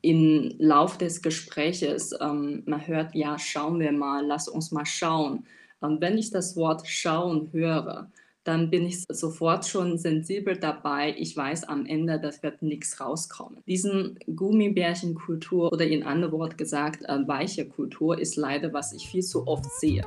im Lauf des Gespräches, man hört: „Ja, schauen wir mal, lass uns mal schauen.“ Wenn ich das Wort schauen höre, dann bin ich sofort schon sensibel dabei. Ich weiß am Ende, das wird nichts rauskommen. Diesen Gummibärchenkultur oder in anderen Worten gesagt, weiche Kultur ist leider, was ich viel zu oft sehe.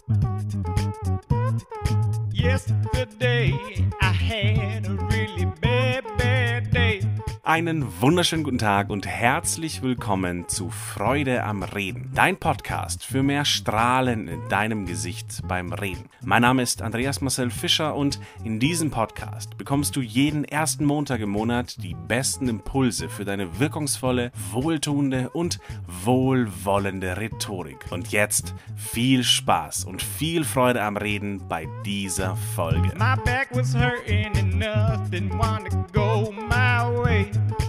Yesterday I had a really bad day. Einen wunderschönen guten Tag und herzlich willkommen zu Freude am Reden, dein Podcast für mehr Strahlen in deinem Gesicht beim Reden. Mein Name ist Andreas Marcel Fischer und in diesem Podcast bekommst du jeden ersten Montag im Monat die besten Impulse für deine wirkungsvolle, wohltuende und wohlwollende Rhetorik. Und jetzt viel Spaß und viel Freude am Reden bei dieser Folge. My back was hurting and nothing wanted to go my way.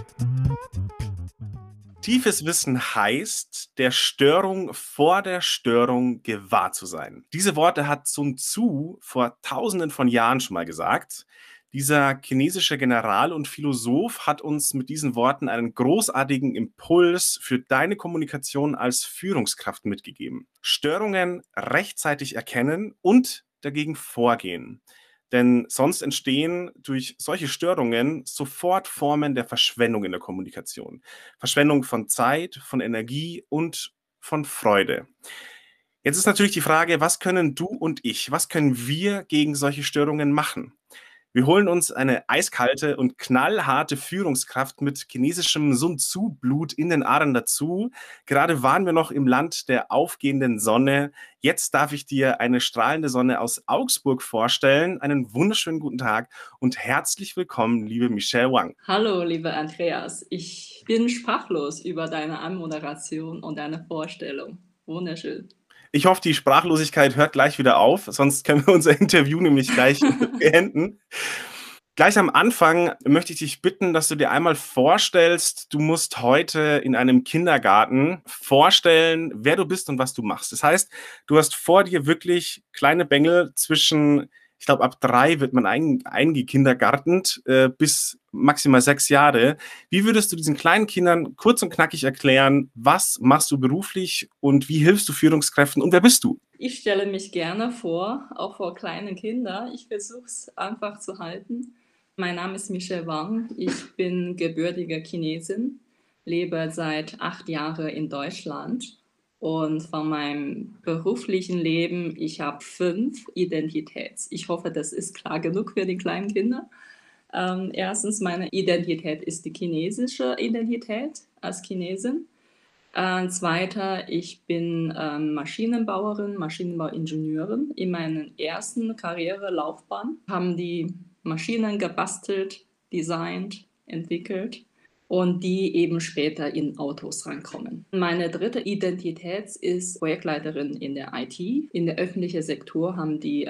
Tiefes Wissen heißt, der Störung vor der Störung gewahr zu sein. Diese Worte hat Sun Tzu vor Tausenden von Jahren schon mal gesagt. Dieser chinesische General und Philosoph hat uns mit diesen Worten einen großartigen Impuls für deine Kommunikation als Führungskraft mitgegeben. Störungen rechtzeitig erkennen und dagegen vorgehen. Denn sonst entstehen durch solche Störungen sofort Formen der Verschwendung in der Kommunikation. Verschwendung von Zeit, von Energie und von Freude. Jetzt ist natürlich die Frage, was können du und ich, was können wir gegen solche Störungen machen? Wir holen uns eine eiskalte und knallharte Führungskraft mit chinesischem Sun Tzu-Blut in den Adern dazu. Gerade waren wir noch im Land der aufgehenden Sonne. Jetzt darf ich dir eine strahlende Sonne aus Augsburg vorstellen. Einen wunderschönen guten Tag und herzlich willkommen, liebe Michelle Wang. Hallo, lieber Andreas. Ich bin sprachlos über deine Anmoderation und deine Vorstellung. Wunderschön. Ich hoffe, die Sprachlosigkeit hört gleich wieder auf, sonst können wir unser Interview nämlich gleich beenden. Gleich am Anfang möchte ich dich bitten, dass du dir einmal vorstellst, du musst heute in einem Kindergarten vorstellen, wer du bist und was du machst. Das heißt, du hast vor dir wirklich kleine Bengel zwischen, ich glaube, ab 3 wird man eingekindergartent, bis maximal 6 Jahre. Wie würdest du diesen kleinen Kindern kurz und knackig erklären, was machst du beruflich und wie hilfst du Führungskräften und wer bist du? Ich stelle mich gerne vor, auch vor kleinen Kindern. Ich versuche es einfach zu halten. Mein Name ist Michelle Wang. Ich bin gebürtige Chinesin, lebe seit 8 Jahren in Deutschland. Und von meinem beruflichen Leben, ich habe 5 Identitäts. Ich hoffe, das ist klar genug für die kleinen Kinder. Erstens, meine Identität ist die chinesische Identität als Chinesin. Zweiter, ich bin Maschinenbauerin, Maschinenbauingenieurin. In meiner ersten Karrierelaufbahn haben die Maschinen gebastelt, designt, entwickelt und die eben später in Autos reinkommen. Meine dritte Identität ist Projektleiterin in der IT. In der öffentlichen Sektor haben die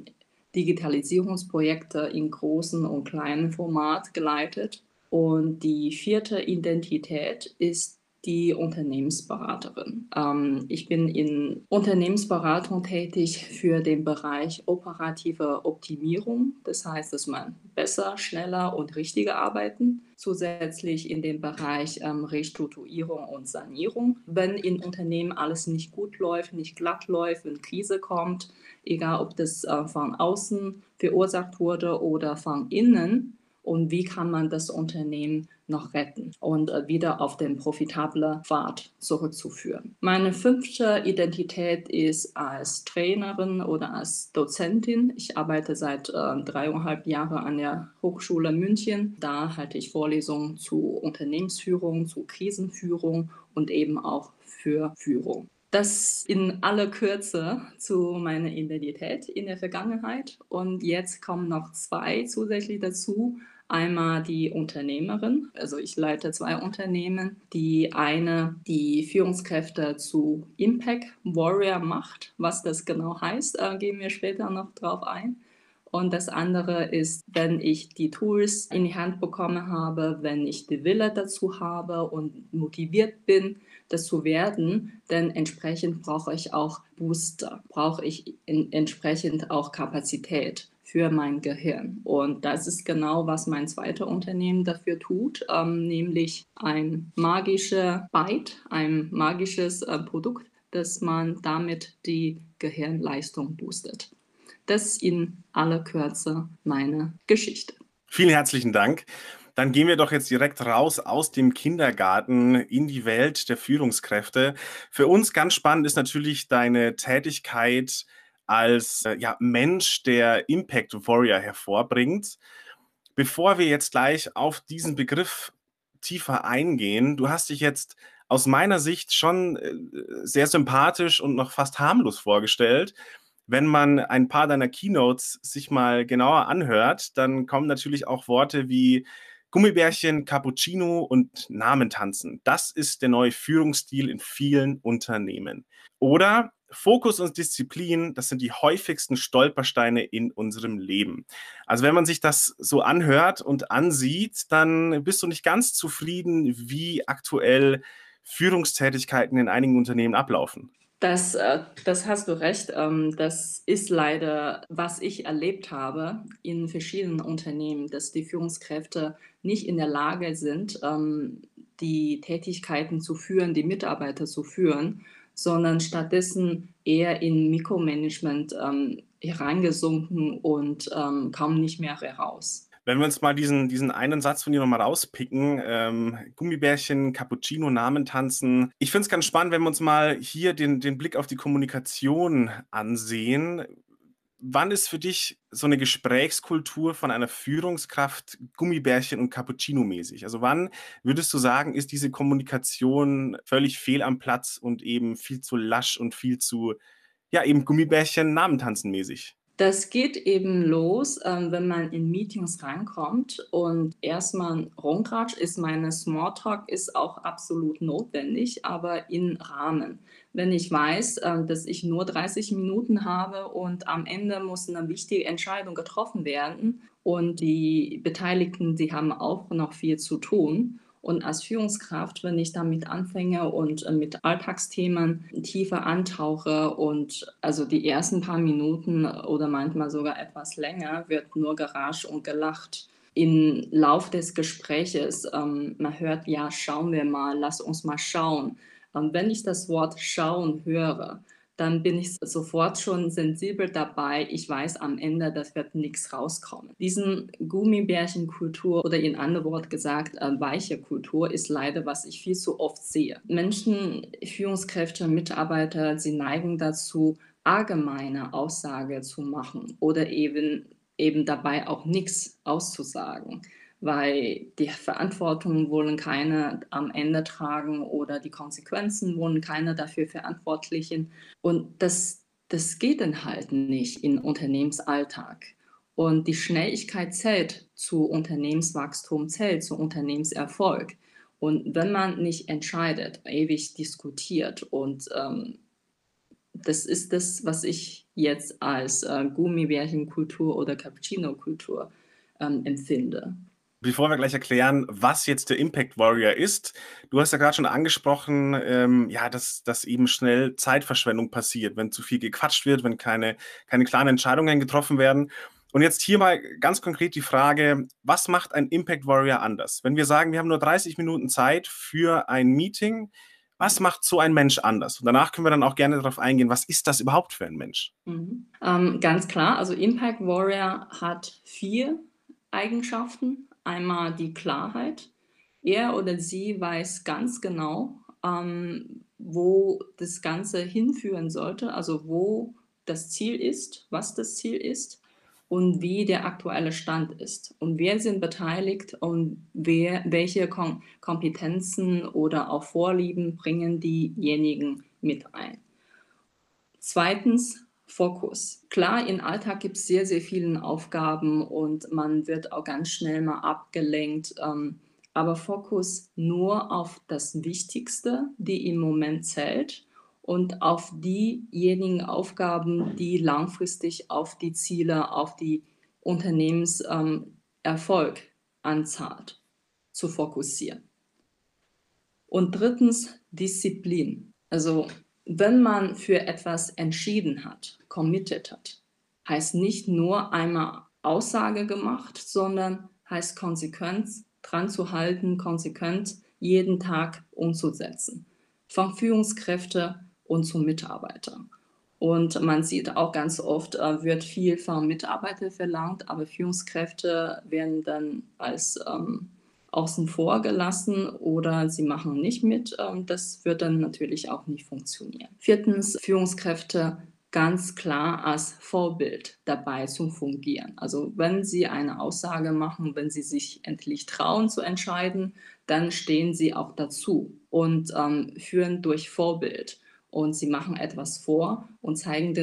Digitalisierungsprojekte in großen und kleinen Format geleitet. Und die vierte Identität ist die Unternehmensberaterin. Ich bin in Unternehmensberatung tätig für den Bereich operative Optimierung. Das heißt, dass man besser, schneller und richtiger arbeiten. Zusätzlich in dem Bereich Restrukturierung und Sanierung. Wenn in Unternehmen alles nicht gut läuft, nicht glatt läuft, wenn Krise kommt, egal ob das von außen verursacht wurde oder von innen, und wie kann man das Unternehmen noch retten und wieder auf den profitablen Pfad zurückzuführen. Meine fünfte Identität ist als Trainerin oder als Dozentin. Ich arbeite seit 3,5 Jahren an der Hochschule München. Da halte ich Vorlesungen zu Unternehmensführung, zu Krisenführung und eben auch für Führung. Das in aller Kürze zu meiner Identität in der Vergangenheit. Und jetzt kommen noch 2 zusätzlich dazu. Einmal die Unternehmerin, also ich leite 2 Unternehmen. Die eine, die Führungskräfte zu Impact Warrior macht. Was das genau heißt, gehen wir später noch drauf ein. Und das andere ist, wenn ich die Tools in die Hand bekommen habe, wenn ich die Wille dazu habe und motiviert bin, das zu werden, dann entsprechend brauche ich auch Booster, brauche ich entsprechend auch Kapazität für mein Gehirn. Und das ist genau, was mein zweites Unternehmen dafür tut, nämlich ein magischer Byte, ein magisches Produkt, dass man damit die Gehirnleistung boostet. Das ist in aller Kürze meine Geschichte. Vielen herzlichen Dank. Dann gehen wir doch jetzt direkt raus aus dem Kindergarten in die Welt der Führungskräfte. Für uns ganz spannend ist natürlich deine Tätigkeit als Mensch, der Impact Warrior hervorbringt. Bevor wir jetzt gleich auf diesen Begriff tiefer eingehen, du hast dich jetzt aus meiner Sicht schon sehr sympathisch und noch fast harmlos vorgestellt. Wenn man ein paar deiner Keynotes sich mal genauer anhört, dann kommen natürlich auch Worte wie Gummibärchen, Cappuccino und Namentanzen. Das ist der neue Führungsstil in vielen Unternehmen. Oder Fokus und Disziplin, das sind die häufigsten Stolpersteine in unserem Leben. Also wenn man sich das so anhört und ansieht, dann bist du nicht ganz zufrieden, wie aktuell Führungstätigkeiten in einigen Unternehmen ablaufen. Das hast du recht. Das ist leider, was ich erlebt habe in verschiedenen Unternehmen, dass die Führungskräfte nicht in der Lage sind, die Tätigkeiten zu führen, die Mitarbeiter zu führen, sondern stattdessen eher in Mikromanagement hereingesunken und kaum nicht mehr heraus. Wenn wir uns mal diesen einen Satz von dir nochmal rauspicken, Gummibärchen, Cappuccino, Namentanzen. Ich finde es ganz spannend, wenn wir uns mal hier den Blick auf die Kommunikation ansehen. Wann ist für dich so eine Gesprächskultur von einer Führungskraft Gummibärchen und Cappuccino mäßig? Also wann würdest du sagen, ist diese Kommunikation völlig fehl am Platz und eben viel zu lasch und viel zu, ja, eben Gummibärchen, Namentanzen mäßig? Das geht eben los, wenn man in Meetings reinkommt und erstmal rumquatscht, ist meine Smalltalk ist auch absolut notwendig, aber in Rahmen. Wenn ich weiß, dass ich nur 30 Minuten habe und am Ende muss eine wichtige Entscheidung getroffen werden und die Beteiligten, die haben auch noch viel zu tun. Und als Führungskraft, wenn ich damit anfange und mit Alltagsthemen tiefer antauche und also die ersten paar Minuten oder manchmal sogar etwas länger, wird nur geratscht und gelacht. Im Lauf des Gespräches, man hört, ja, schauen wir mal, lass uns mal schauen. Wenn ich das Wort schauen höre, dann bin ich sofort schon sensibel dabei. Ich weiß am Ende, das wird nichts rauskommen. Diesen Gummibärchenkultur oder in anderen Worten gesagt, weiche Kultur ist leider, was ich viel zu oft sehe. Menschen, Führungskräfte, Mitarbeiter, sie neigen dazu, allgemeine Aussage zu machen oder eben dabei auch nichts auszusagen, weil die Verantwortung wollen keine am Ende tragen oder die Konsequenzen wollen keine dafür Verantwortlichen. Und das geht dann halt nicht im Unternehmensalltag. Und die Schnelligkeit zählt zu Unternehmenswachstum, zählt zu Unternehmenserfolg. Und wenn man nicht entscheidet, ewig diskutiert und das ist das, was ich jetzt als Gummibärchenkultur oder Cappuccino-Kultur empfinde. Bevor wir gleich erklären, was jetzt der Impact Warrior ist, du hast ja gerade schon angesprochen, dass eben schnell Zeitverschwendung passiert, wenn zu viel gequatscht wird, wenn keine klaren Entscheidungen getroffen werden. Und jetzt hier mal ganz konkret die Frage, was macht ein Impact Warrior anders? Wenn wir sagen, wir haben nur 30 Minuten Zeit für ein Meeting, was macht so ein Mensch anders? Und danach können wir dann auch gerne darauf eingehen, was ist das überhaupt für ein Mensch? Ganz klar, also Impact Warrior hat 4 Eigenschaften. Einmal die Klarheit. Er oder sie weiß ganz genau, wo das Ganze hinführen sollte, also wo das Ziel ist, was das Ziel ist und wie der aktuelle Stand ist. Und wer sind beteiligt und welche Kompetenzen oder auch Vorlieben bringen diejenigen mit ein. Zweitens, Fokus. Klar, im Alltag gibt es sehr, sehr viele Aufgaben und man wird auch ganz schnell mal abgelenkt. Aber Fokus nur auf das Wichtigste, die im Moment zählt und auf diejenigen Aufgaben, die langfristig auf die Ziele, auf die Unternehmenserfolg anzahlt, zu fokussieren. Und drittens, Disziplin. Also wenn man für etwas entschieden hat, committed hat, heißt nicht nur einmal Aussage gemacht, sondern heißt konsequent dran zu halten, konsequent jeden Tag umzusetzen. Von Führungskräfte und zum Mitarbeiter. Und man sieht auch ganz oft, wird viel vom Mitarbeiter verlangt, aber Führungskräfte werden dann als außen vor gelassen oder sie machen nicht mit. Das wird dann natürlich auch nicht funktionieren. Viertens, Führungskräfte ganz klar als Vorbild dabei zu fungieren. Also wenn Sie eine Aussage machen, wenn Sie sich endlich trauen zu entscheiden, dann stehen Sie auch dazu und führen durch Vorbild. Und sie machen etwas vor und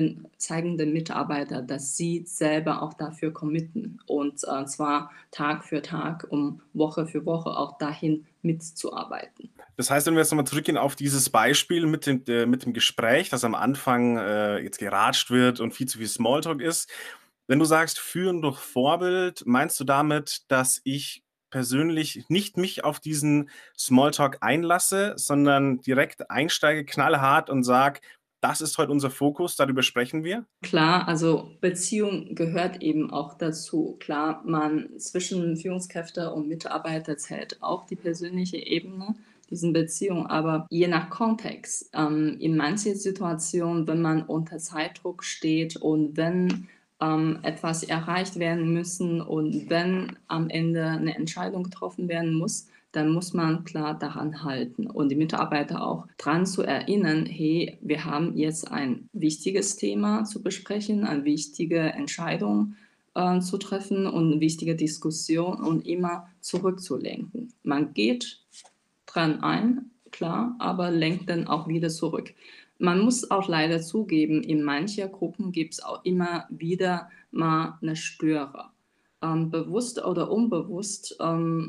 zeigen den Mitarbeiter, dass sie selber auch dafür committen und zwar Tag für Tag, um Woche für Woche auch dahin mitzuarbeiten. Das heißt, wenn wir jetzt nochmal zurückgehen auf dieses Beispiel mit dem Gespräch, das am Anfang jetzt geratscht wird und viel zu viel Smalltalk ist. Wenn du sagst, führen durch Vorbild, meinst du damit, dass ich persönlich nicht mich auf diesen Smalltalk einlasse, sondern direkt einsteige, knallhart und sage, das ist heute unser Fokus, darüber sprechen wir? Klar, also Beziehung gehört eben auch dazu. Klar, man zwischen Führungskräfte und Mitarbeiter zählt auch die persönliche Ebene, diesen Beziehung, aber je nach Kontext, in manchen Situationen, wenn man unter Zeitdruck steht und wenn etwas erreicht werden müssen und wenn am Ende eine Entscheidung getroffen werden muss, dann muss man klar daran halten und die Mitarbeiter auch dran zu erinnern, hey, wir haben jetzt ein wichtiges Thema zu besprechen, eine wichtige Entscheidung zu treffen und eine wichtige Diskussion und immer zurückzulenken. Man geht dran ein, klar, aber lenkt dann auch wieder zurück. Man muss auch leider zugeben, in manchen Gruppen gibt es auch immer wieder mal eine Störer. Bewusst oder unbewusst,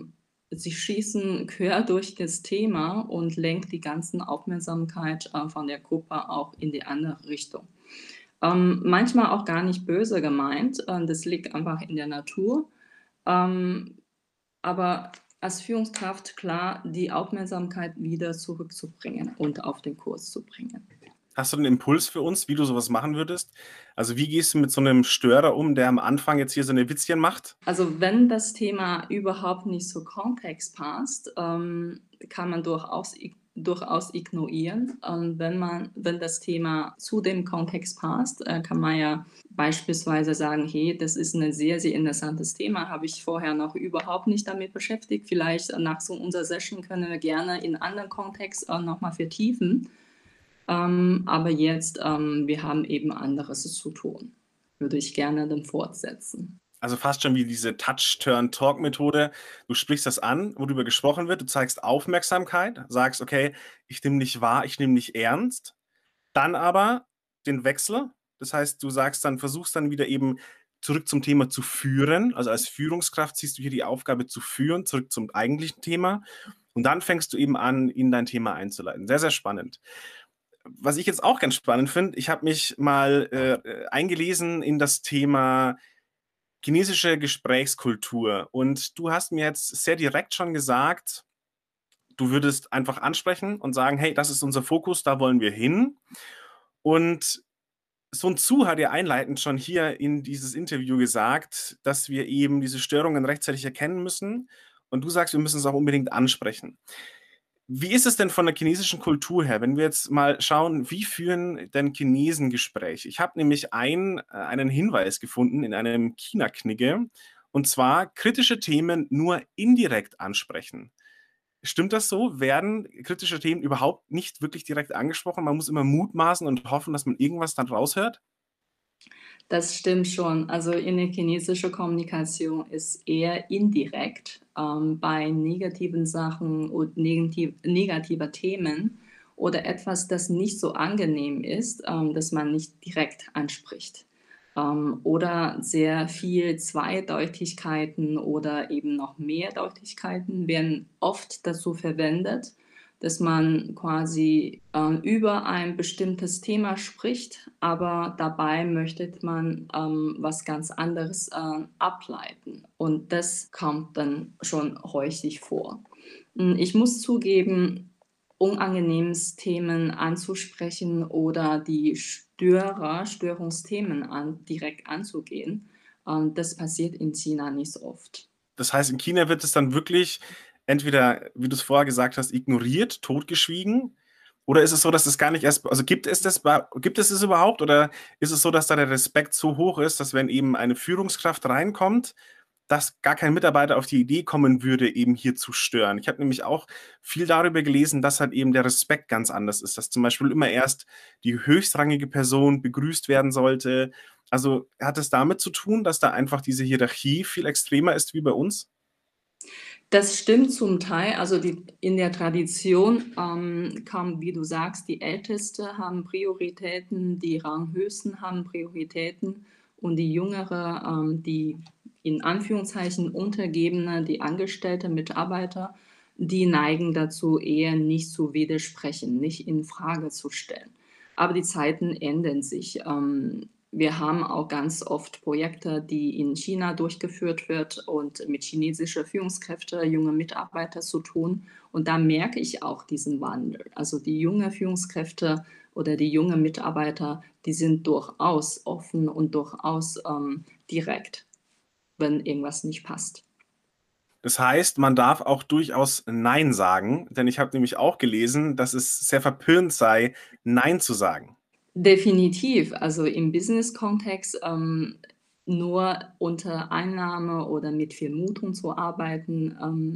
sie schießen quer durch das Thema und lenkt die ganze Aufmerksamkeit von der Gruppe auch in die andere Richtung. Manchmal auch gar nicht böse gemeint, das liegt einfach in der Natur. Aber als Führungskraft klar, die Aufmerksamkeit wieder zurückzubringen und auf den Kurs zu bringen. Hast du einen Impuls für uns, wie du sowas machen würdest? Also wie gehst du mit so einem Störer um, der am Anfang jetzt hier so eine Witzchen macht? Also wenn das Thema überhaupt nicht so Kontext passt, kann man durchaus ignorieren. Wenn das Thema zu dem Kontext passt, kann man ja beispielsweise sagen, hey, das ist ein sehr, sehr interessantes Thema, habe ich vorher noch überhaupt nicht damit beschäftigt. Vielleicht nach so unserer Session können wir gerne in anderen Kontext nochmal vertiefen. Aber jetzt, wir haben eben anderes zu tun. Würde ich gerne dann fortsetzen. Also fast schon wie diese Touch-Turn-Talk-Methode. Du sprichst das an, worüber gesprochen wird, du zeigst Aufmerksamkeit, sagst, okay, ich nehme dich wahr, ich nehme dich ernst. Dann aber den Wechsel. Das heißt, du sagst dann, versuchst dann wieder eben zurück zum Thema zu führen. Also als Führungskraft siehst du hier die Aufgabe zu führen, zurück zum eigentlichen Thema. Und dann fängst du eben an, in dein Thema einzuleiten. Sehr, sehr spannend. Was ich jetzt auch ganz spannend finde, ich habe mich mal eingelesen in das Thema chinesische Gesprächskultur. Und du hast mir jetzt sehr direkt schon gesagt, du würdest einfach ansprechen und sagen, hey, das ist unser Fokus, da wollen wir hin. Und Sun Tzu hat ja einleitend schon hier in dieses Interview gesagt, dass wir eben diese Störungen rechtzeitig erkennen müssen. Und du sagst, wir müssen es auch unbedingt ansprechen. Wie ist es denn von der chinesischen Kultur her, wenn wir jetzt mal schauen, wie führen denn Chinesen Gespräche? Ich habe nämlich einen Hinweis gefunden in einem China-Knigge, und zwar kritische Themen nur indirekt ansprechen. Stimmt das so? Werden kritische Themen überhaupt nicht wirklich direkt angesprochen? Man muss immer mutmaßen und hoffen, dass man irgendwas dann raushört? Das stimmt schon. Also in der chinesischen Kommunikation ist eher indirekt bei negativen Sachen und negativer Themen oder etwas, das nicht so angenehm ist, dass man nicht direkt anspricht. Oder sehr viel Zweideutigkeiten oder eben noch Mehrdeutigkeiten werden oft dazu verwendet, dass man quasi über ein bestimmtes Thema spricht, aber dabei möchte man was ganz anderes ableiten. Und das kommt dann schon häufig vor. Ich muss zugeben, unangenehmes Themen anzusprechen oder die Störungsthemen direkt anzugehen. Das passiert in China nicht so oft. Das heißt, in China wird es dann wirklich entweder, wie du es vorher gesagt hast, ignoriert, totgeschwiegen, oder ist es so, dass es gar nicht erst, also gibt es überhaupt, oder ist es so, dass da der Respekt so hoch ist, dass wenn eben eine Führungskraft reinkommt, dass gar kein Mitarbeiter auf die Idee kommen würde, eben hier zu stören? Ich habe nämlich auch viel darüber gelesen, dass halt eben der Respekt ganz anders ist, dass zum Beispiel immer erst die höchstrangige Person begrüßt werden sollte. Also hat es damit zu tun, dass da einfach diese Hierarchie viel extremer ist wie bei uns? Das stimmt zum Teil. Also in der Tradition kam, wie du sagst, die Älteste haben Prioritäten, die Ranghöchsten haben Prioritäten und die Jüngere, die in Anführungszeichen Untergebene, die Angestellte, Mitarbeiter, die neigen dazu, eher nicht zu widersprechen, nicht in Frage zu stellen. Aber die Zeiten ändern sich. Wir haben auch ganz oft Projekte, die in China durchgeführt wird und mit chinesischer Führungskräfte, junge Mitarbeiter zu tun. Und da merke ich auch diesen Wandel. Also die junge Führungskräfte oder die jungen Mitarbeiter, die sind durchaus offen und durchaus direkt, wenn irgendwas nicht passt. Das heißt, man darf auch durchaus Nein sagen, denn ich habe nämlich auch gelesen, dass es sehr verpönt sei, Nein zu sagen. Definitiv. Also im Business-Kontext, nur unter Einnahme oder mit Vermutung zu arbeiten,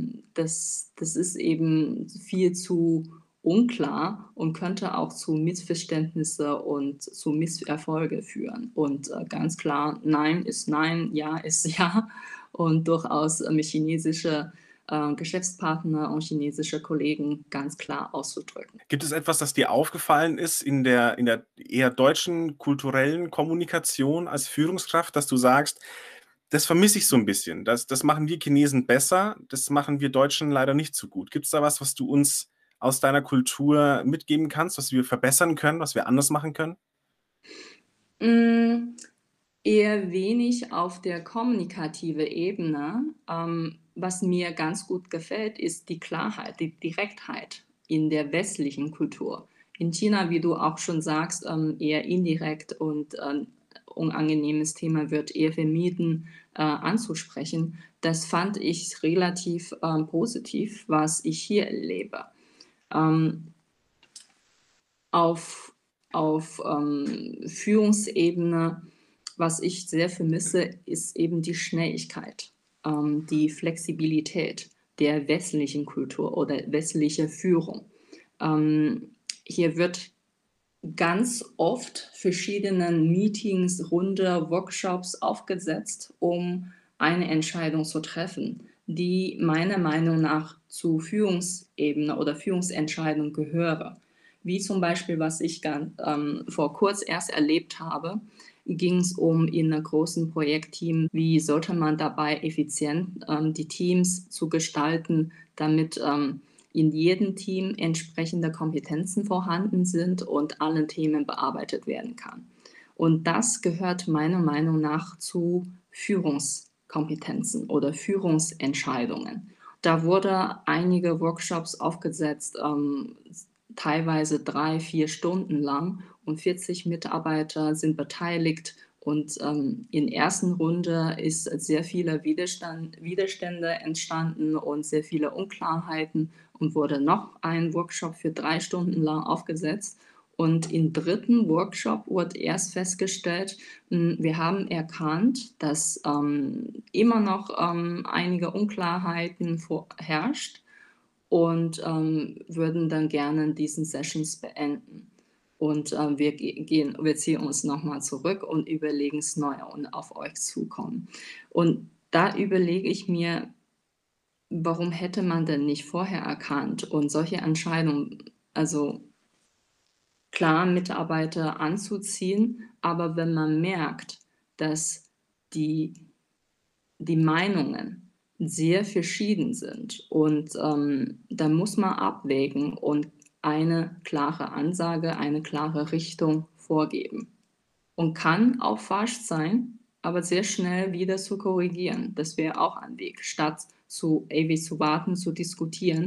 das ist eben viel zu unklar und könnte auch zu Missverständnisse und zu Misserfolge führen. Und, ganz klar, Nein ist Nein, Ja ist Ja und durchaus, mit chinesische, Geschäftspartner und chinesische Kollegen ganz klar auszudrücken. Gibt es etwas, das dir aufgefallen ist in der eher deutschen kulturellen Kommunikation als Führungskraft, dass du sagst: „Das vermisse ich so ein bisschen. Das machen wir Chinesen besser, das machen wir Deutschen leider nicht so gut.“ Gibt es da was, was du uns aus deiner Kultur mitgeben kannst, was wir verbessern können, was wir anders machen können? Hm, eher wenig auf der kommunikative Ebene. Was mir ganz gut gefällt, ist die Klarheit, die Direktheit in der westlichen Kultur. In China, wie du auch schon sagst, eher indirekt und unangenehmes Thema wird eher vermieden anzusprechen. Das fand ich relativ positiv, was ich hier erlebe. Ähm, auf Führungsebene, was ich sehr vermisse, ist eben die Schnelligkeit, die Flexibilität der westlichen Kultur oder westlicher Führung. Hier wird ganz oft verschiedene Meetings, Runde, Workshops aufgesetzt, um eine Entscheidung zu treffen, die meiner Meinung nach zu Führungsebene oder Führungsentscheidung gehöre. Wie zum Beispiel, was ich vor kurz erst erlebt habe, ging es um in einem großen Projektteam, wie sollte man dabei effizient die Teams zu gestalten, damit in jedem Team entsprechende Kompetenzen vorhanden sind und alle Themen bearbeitet werden kann. Und das gehört meiner Meinung nach zu Führungskompetenzen oder Führungsentscheidungen. Da wurde einige Workshops aufgesetzt, teilweise 3, 4 Stunden lang und 40 Mitarbeiter sind beteiligt und in der ersten Runde ist sehr viele Widerstände entstanden und sehr viele Unklarheiten und wurde noch ein Workshop für 3 Stunden lang aufgesetzt. Und im dritten Workshop wurde erst festgestellt, wir haben erkannt, dass immer noch einige Unklarheiten herrscht und würden dann gerne diesen Sessions beenden. Und wir ziehen uns nochmal zurück und überlegen es neu und auf euch zukommen. Und da überlege ich mir, warum hätte man denn nicht vorher erkannt und solche Entscheidungen, also klar, Mitarbeiter anzuziehen, aber wenn man merkt, dass die die Meinungen sehr verschieden sind und dann muss man abwägen und eine klare Ansage, eine klare Richtung vorgeben. Und kann auch falsch sein, aber sehr schnell wieder zu korrigieren. Das wäre auch ein Weg, statt ewig zu warten, zu diskutieren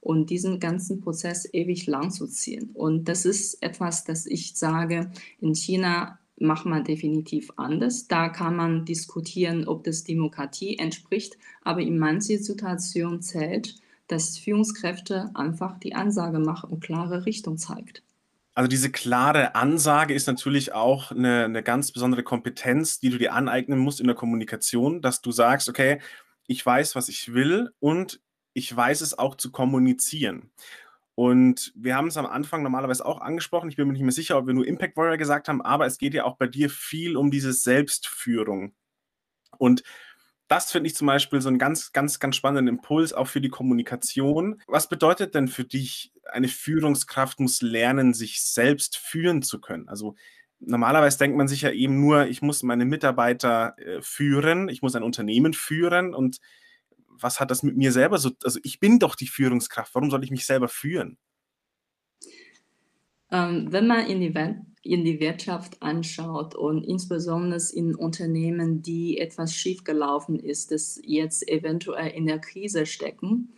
und diesen ganzen Prozess ewig lang zu ziehen. Und das ist etwas, das ich sage, in China macht man definitiv anders. Da kann man diskutieren, ob das Demokratie entspricht, aber in manchen Situationen zählt, dass Führungskräfte einfach die Ansage machen und klare Richtung zeigt. Also diese klare Ansage ist natürlich auch eine ganz besondere Kompetenz, die du dir aneignen musst in der Kommunikation, dass du sagst: „Okay, ich weiß, was ich will und ich weiß es auch zu kommunizieren.“ Und wir haben es am Anfang normalerweise auch angesprochen. Ich bin mir nicht mehr sicher, ob wir nur Impact Warrior gesagt haben, aber es geht ja auch bei dir viel um diese Selbstführung. Und das finde ich zum Beispiel so einen ganz, ganz, ganz spannenden Impuls auch für die Kommunikation. Was bedeutet denn für dich, eine Führungskraft muss lernen, sich selbst führen zu können? Also, normalerweise denkt man sich ja eben nur: „Ich muss meine Mitarbeiter, führen, ich muss ein Unternehmen führen und was hat das mit mir selber so, also, ich bin doch die Führungskraft, warum soll ich mich selber führen?“ Wenn man in die Wirtschaft anschaut und insbesondere in Unternehmen, die etwas schiefgelaufen ist, das jetzt eventuell in der Krise stecken,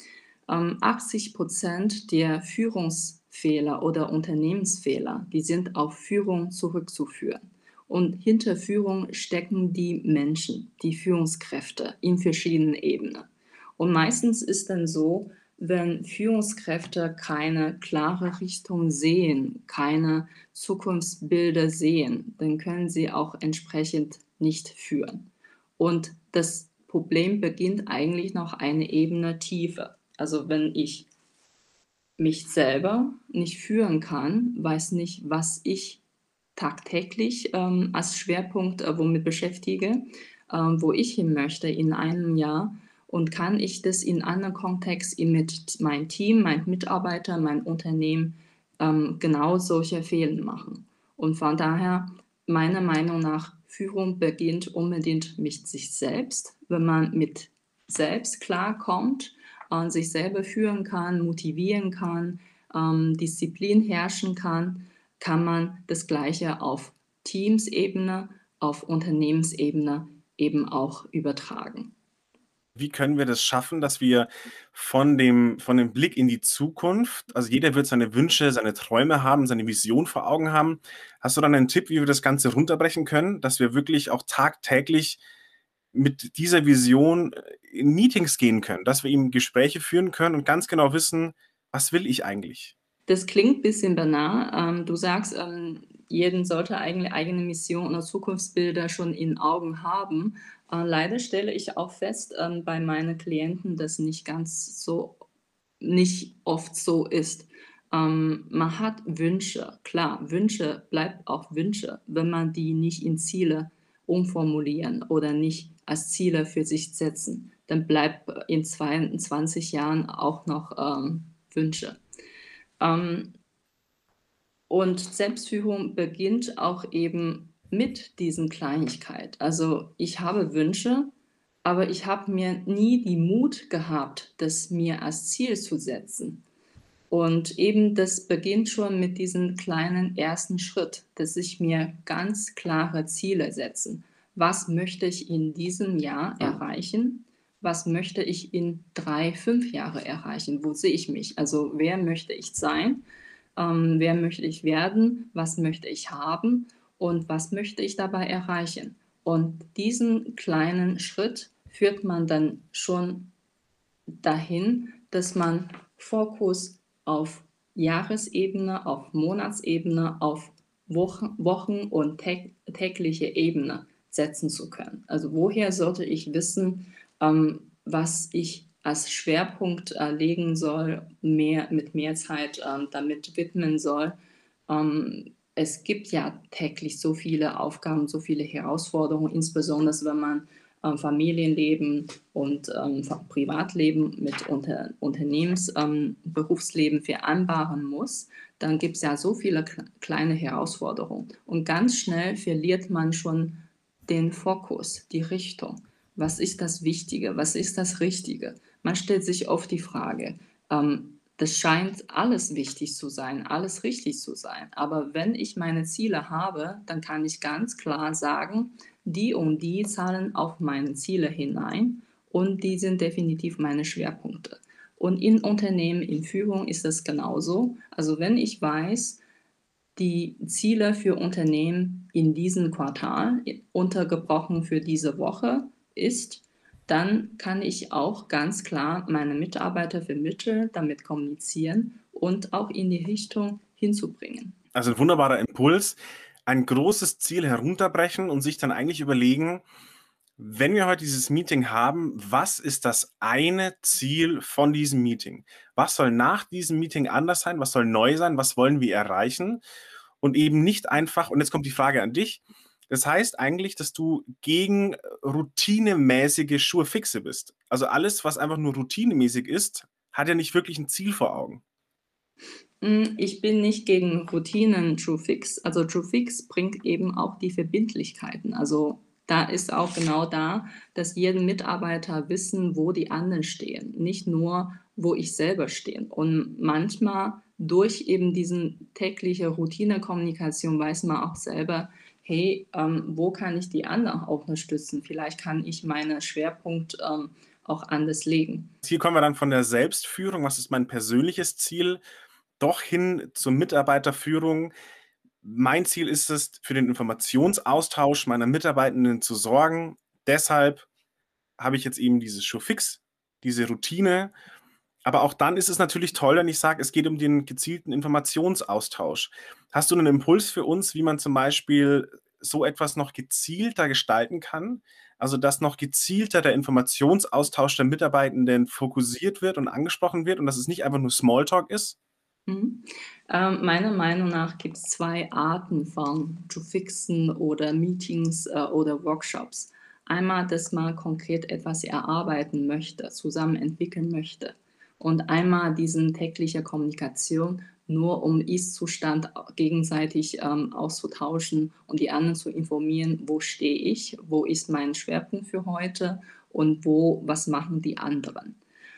80% der Führungsfehler oder Unternehmensfehler, die sind auf Führung zurückzuführen. Und hinter Führung stecken die Menschen, die Führungskräfte in verschiedenen Ebenen. Und meistens ist dann so, wenn Führungskräfte keine klare Richtung sehen, keine Zukunftsbilder sehen, dann können sie auch entsprechend nicht führen. Und das Problem beginnt eigentlich noch eine Ebene tiefer. Also wenn ich mich selber nicht führen kann, weiß nicht, was ich tagtäglich als Schwerpunkt womit beschäftige, wo ich hin möchte in einem Jahr und kann ich das in anderen Kontext mit meinem Team, meinen Mitarbeitern, meinem Unternehmen genau solche Fehler machen. Und von daher, meiner Meinung nach, Führung beginnt unbedingt mit sich selbst. Wenn man mit selbst klarkommt, sich selber führen kann, motivieren kann, Disziplin herrschen kann, kann man das Gleiche auf Teamsebene, auf Unternehmensebene eben auch übertragen. Wie können wir das schaffen, dass wir von dem Blick in die Zukunft, also jeder wird seine Wünsche, seine Träume haben, seine Vision vor Augen haben. Hast du dann einen Tipp, wie wir das Ganze runterbrechen können, dass wir wirklich auch tagtäglich mit dieser Vision in Meetings gehen können, dass wir eben Gespräche führen können und ganz genau wissen: „Was will ich eigentlich?“ Das klingt ein bisschen banal. Du sagst, jeden sollte eigene Mission oder Zukunftsbilder schon in Augen haben. Leider stelle ich auch fest, bei meinen Klienten, dass nicht oft so ist. Man hat Wünsche, klar, Wünsche bleibt auch Wünsche, wenn man die nicht in Ziele umformulieren oder nicht als Ziele für sich setzen, dann bleibt in 22 Jahren auch noch Wünsche. Ähm, und Selbstführung beginnt auch eben mit diesen Kleinigkeit. Also, ich habe Wünsche, aber ich habe mir nie die Mut gehabt, das mir als Ziel zu setzen. Und eben das beginnt schon mit diesem kleinen ersten Schritt, dass ich mir ganz klare Ziele setzen. Was möchte ich in diesem Jahr erreichen? Was möchte ich in 3, 5 Jahre erreichen? Wo sehe ich mich? Also, wer möchte ich sein? Wer möchte ich werden? Was möchte ich haben? Und was möchte ich dabei erreichen? Und diesen kleinen Schritt führt man dann schon dahin, dass man Fokus auf Jahresebene, auf Monatsebene, auf Wochen und tägliche Ebene setzen zu können. Also woher sollte ich wissen, was ich als Schwerpunkt legen soll, mit mehr Zeit damit widmen soll. Es gibt ja täglich so viele Aufgaben, so viele Herausforderungen, insbesondere wenn man Familienleben und Privatleben mit Berufsleben vereinbaren muss, dann gibt es ja so viele kleine Herausforderungen. Und ganz schnell verliert man schon den Fokus, die Richtung. Was ist das Wichtige? Was ist das Richtige? Man stellt sich oft die Frage, das scheint alles wichtig zu sein, alles richtig zu sein. Aber wenn ich meine Ziele habe, dann kann ich ganz klar sagen, die und die zahlen auf meine Ziele hinein und die sind definitiv meine Schwerpunkte. Und in Unternehmen, in Führung ist es genauso. Also wenn ich weiß, die Ziele für Unternehmen in diesem Quartal untergebrochen für diese Woche ist, dann kann ich auch ganz klar meine Mitarbeiter vermitteln, damit kommunizieren und auch in die Richtung hinzubringen. Also ein wunderbarer Impuls, ein großes Ziel herunterbrechen und sich dann eigentlich überlegen, wenn wir heute dieses Meeting haben, was ist das eine Ziel von diesem Meeting? Was soll nach diesem Meeting anders sein? Was soll neu sein? Was wollen wir erreichen? Und eben nicht einfach, und jetzt kommt die Frage an dich, das heißt eigentlich, dass du gegen routinemäßige Schuhe-Fixe bist. Also alles, was einfach nur routinemäßig ist, hat ja nicht wirklich ein Ziel vor Augen. Ich bin nicht gegen Routinen TrueFix. Also TrueFix bringt eben auch die Verbindlichkeiten. Also da ist auch genau da, dass jeden Mitarbeiter wissen, wo die anderen stehen, nicht nur, wo ich selber stehe. Und manchmal durch eben diesen tägliche Routinekommunikation weiß man auch selber, hey, wo kann ich die anderen auch unterstützen? Vielleicht kann ich meine Schwerpunkt auch anders legen. Hier kommen wir dann von der Selbstführung, was ist mein persönliches Ziel, doch hin zur Mitarbeiterführung. Mein Ziel ist es, für den Informationsaustausch meiner Mitarbeitenden zu sorgen. Deshalb habe ich jetzt eben dieses Showfix, diese Routine. Aber auch dann ist es natürlich toll, wenn ich sage, es geht um den gezielten Informationsaustausch. Hast du einen Impuls für uns, wie man zum Beispiel so etwas noch gezielter gestalten kann? Also, dass noch gezielter der Informationsaustausch der Mitarbeitenden fokussiert wird und angesprochen wird und dass es nicht einfach nur Smalltalk ist? Mhm. Meiner Meinung nach gibt es zwei Arten von to fixen oder Meetings oder Workshops. Einmal, dass man konkret etwas erarbeiten möchte, zusammen entwickeln möchte. Und einmal diesen tägliche Kommunikation, nur um Ist-Zustand gegenseitig auszutauschen und die anderen zu informieren, wo stehe ich, wo ist mein Schwerpunkt für heute und was machen die anderen.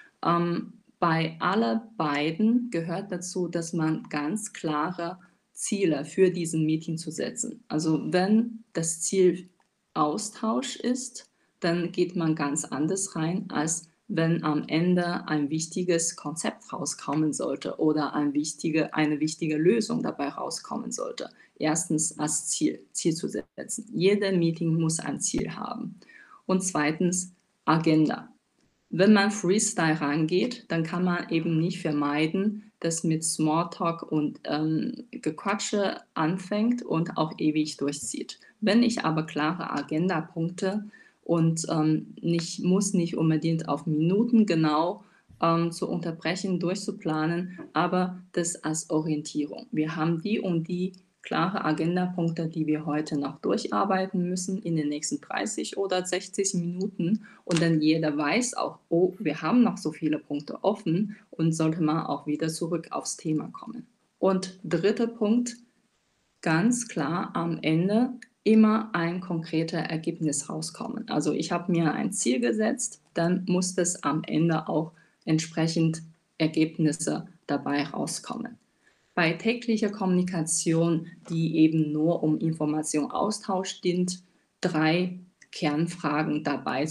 Bei alle beiden gehört dazu, dass man ganz klare Ziele für diesen Meeting zu setzen. Also wenn das Ziel Austausch ist, dann geht man ganz anders rein, als wenn am Ende ein wichtiges Konzept rauskommen sollte oder eine wichtige Lösung dabei rauskommen sollte. Erstens als Ziel zu setzen. Jeder Meeting muss ein Ziel haben. Und zweitens Agenda. Wenn man Freestyle rangeht, dann kann man eben nicht vermeiden, dass mit Smalltalk und Gequatsche anfängt und auch ewig durchzieht. Wenn ich aber klare Agendapunkte und muss nicht unbedingt auf Minuten genau zu unterbrechen, durchzuplanen, aber das als Orientierung. Wir haben die und die klare Agendapunkte, die wir heute noch durcharbeiten müssen in den nächsten 30 oder 60 Minuten. Und dann jeder weiß auch, oh, wir haben noch so viele Punkte offen und sollte man auch wieder zurück aufs Thema kommen. Und dritter Punkt, ganz klar am Ende immer ein konkretes Ergebnis rauskommen. Also ich habe mir ein Ziel gesetzt, dann muss es am Ende auch entsprechend Ergebnisse dabei rauskommen. Bei täglicher Kommunikation, die eben nur um Informationsaustausch dient, 3 Kernfragen dabei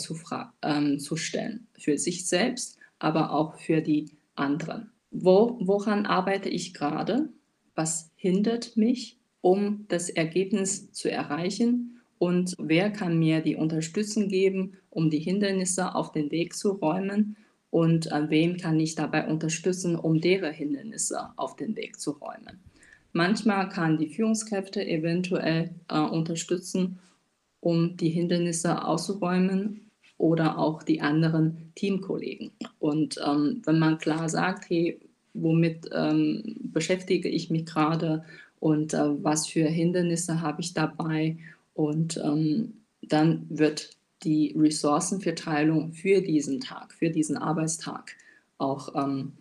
zu stellen. Für sich selbst, aber auch für die anderen. Woran arbeite ich gerade? Was hindert mich, um das Ergebnis zu erreichen? Und wer kann mir die Unterstützung geben, um die Hindernisse auf den Weg zu räumen? Und an wem kann ich dabei unterstützen, um deren Hindernisse auf den Weg zu räumen. Manchmal kann die Führungskräfte eventuell unterstützen, um die Hindernisse auszuräumen oder auch die anderen Teamkollegen. Und wenn man klar sagt, hey, womit beschäftige ich mich gerade und was für Hindernisse habe ich dabei und dann wird die Ressourcenverteilung für diesen Tag, für diesen Arbeitstag auch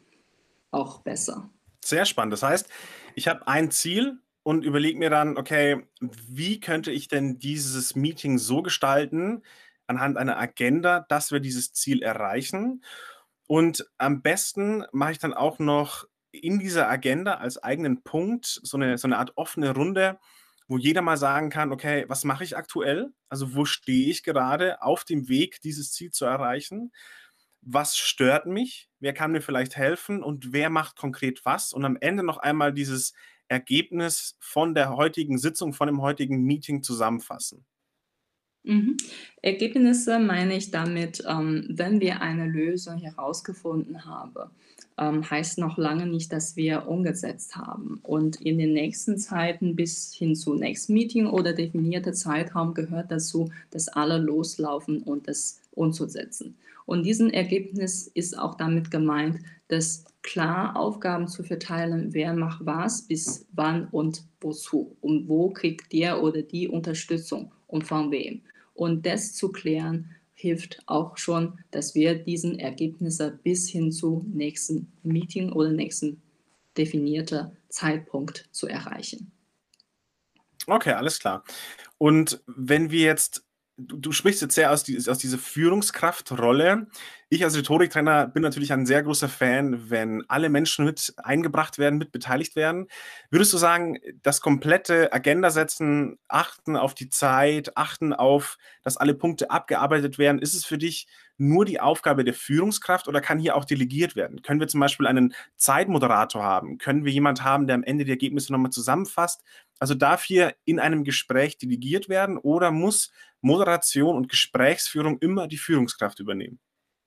besser. Sehr spannend. Das heißt, ich habe ein Ziel und überlege mir dann, okay, wie könnte ich denn dieses Meeting so gestalten, anhand einer Agenda, dass wir dieses Ziel erreichen? Und am besten mache ich dann auch noch in dieser Agenda als eigenen Punkt so eine Art offene Runde, wo jeder mal sagen kann, okay, was mache ich aktuell? Also wo stehe ich gerade auf dem Weg, dieses Ziel zu erreichen? was stört mich, wer kann mir vielleicht helfen und wer macht konkret was und am Ende noch einmal dieses Ergebnis von der heutigen Sitzung, von dem heutigen Meeting zusammenfassen. Mhm. Ergebnisse meine ich damit, wenn wir eine Lösung herausgefunden haben, heißt noch lange nicht, dass wir umgesetzt haben. Und in den nächsten Zeiten bis hin zu nächsten Meeting oder definierter Zeitraum gehört dazu, dass alle loslaufen und das umzusetzen. Und diesen Ergebnis ist auch damit gemeint, dass klar Aufgaben zu verteilen, wer macht was, bis wann und wozu und wo kriegt der oder die Unterstützung und von wem. Und das zu klären, hilft auch schon, dass wir diesen Ergebnisse bis hin zu nächsten Meeting oder nächsten definierten Zeitpunkt zu erreichen. Okay, alles klar. Und wenn wir jetzt, du sprichst jetzt sehr aus dieser Führungskraftrolle. Ich als Rhetoriktrainer bin natürlich ein sehr großer Fan, wenn alle Menschen mit eingebracht werden, mit beteiligt werden. Würdest du sagen, das komplette Agenda setzen, achten auf die Zeit, achten auf, dass alle Punkte abgearbeitet werden, ist es für dich nur die Aufgabe der Führungskraft oder kann hier auch delegiert werden? Können wir zum Beispiel einen Zeitmoderator haben? Können wir jemanden haben, der am Ende die Ergebnisse nochmal zusammenfasst? Also darf hier in einem Gespräch delegiert werden oder muss Moderation und Gesprächsführung immer die Führungskraft übernehmen?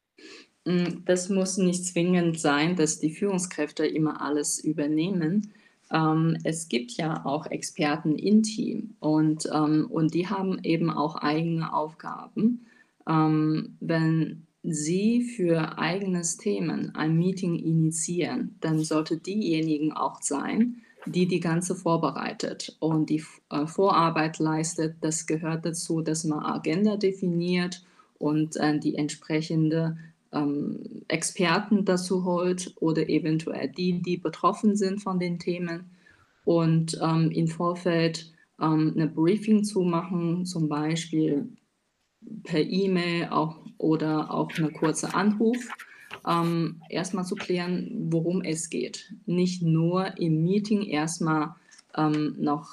Das muss nicht zwingend sein, dass die Führungskräfte immer alles übernehmen. Es gibt ja auch Experten im Team und die haben eben auch eigene Aufgaben. Wenn sie für eigenes Themen ein Meeting initiieren, dann sollte diejenigen auch sein, die die ganze vorbereitet und die Vorarbeit leistet. Das gehört dazu, dass man Agenda definiert und die entsprechende Experten dazu holt oder eventuell die betroffen sind von den Themen und im Vorfeld eine Briefing zu machen, zum Beispiel per E-Mail auch, oder auch eine kurze Anruf, erstmal zu klären, worum es geht. Nicht nur im Meeting erstmal noch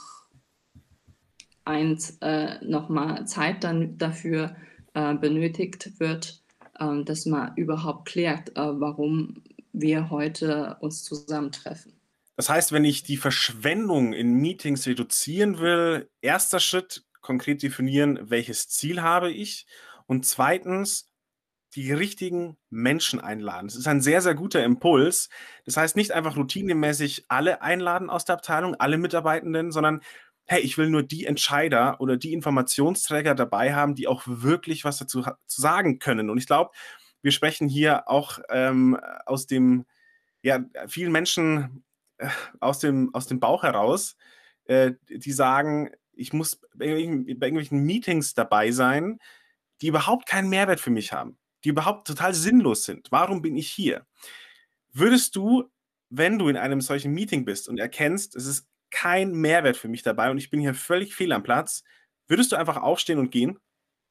noch mal Zeit dann dafür benötigt wird, dass man überhaupt klärt, warum wir heute uns zusammentreffen. Das heißt, wenn ich die Verschwendung in Meetings reduzieren will, erster Schritt, konkret definieren, welches Ziel habe ich und zweitens, die richtigen Menschen einladen. Das ist ein sehr, sehr guter Impuls. Das heißt, nicht einfach routinemäßig alle einladen aus der Abteilung, alle Mitarbeitenden, sondern hey, ich will nur die Entscheider oder die Informationsträger dabei haben, die auch wirklich was dazu zu sagen können. Und ich glaube, wir sprechen hier auch aus dem, ja, vielen Menschen aus dem Bauch heraus, die sagen, ich muss bei irgendwelchen Meetings dabei sein, die überhaupt keinen Mehrwert für mich haben, die überhaupt total sinnlos sind. Warum bin ich hier? Würdest du, wenn du in einem solchen Meeting bist und erkennst, es ist kein Mehrwert für mich dabei und ich bin hier völlig fehl am Platz, würdest du einfach aufstehen und gehen?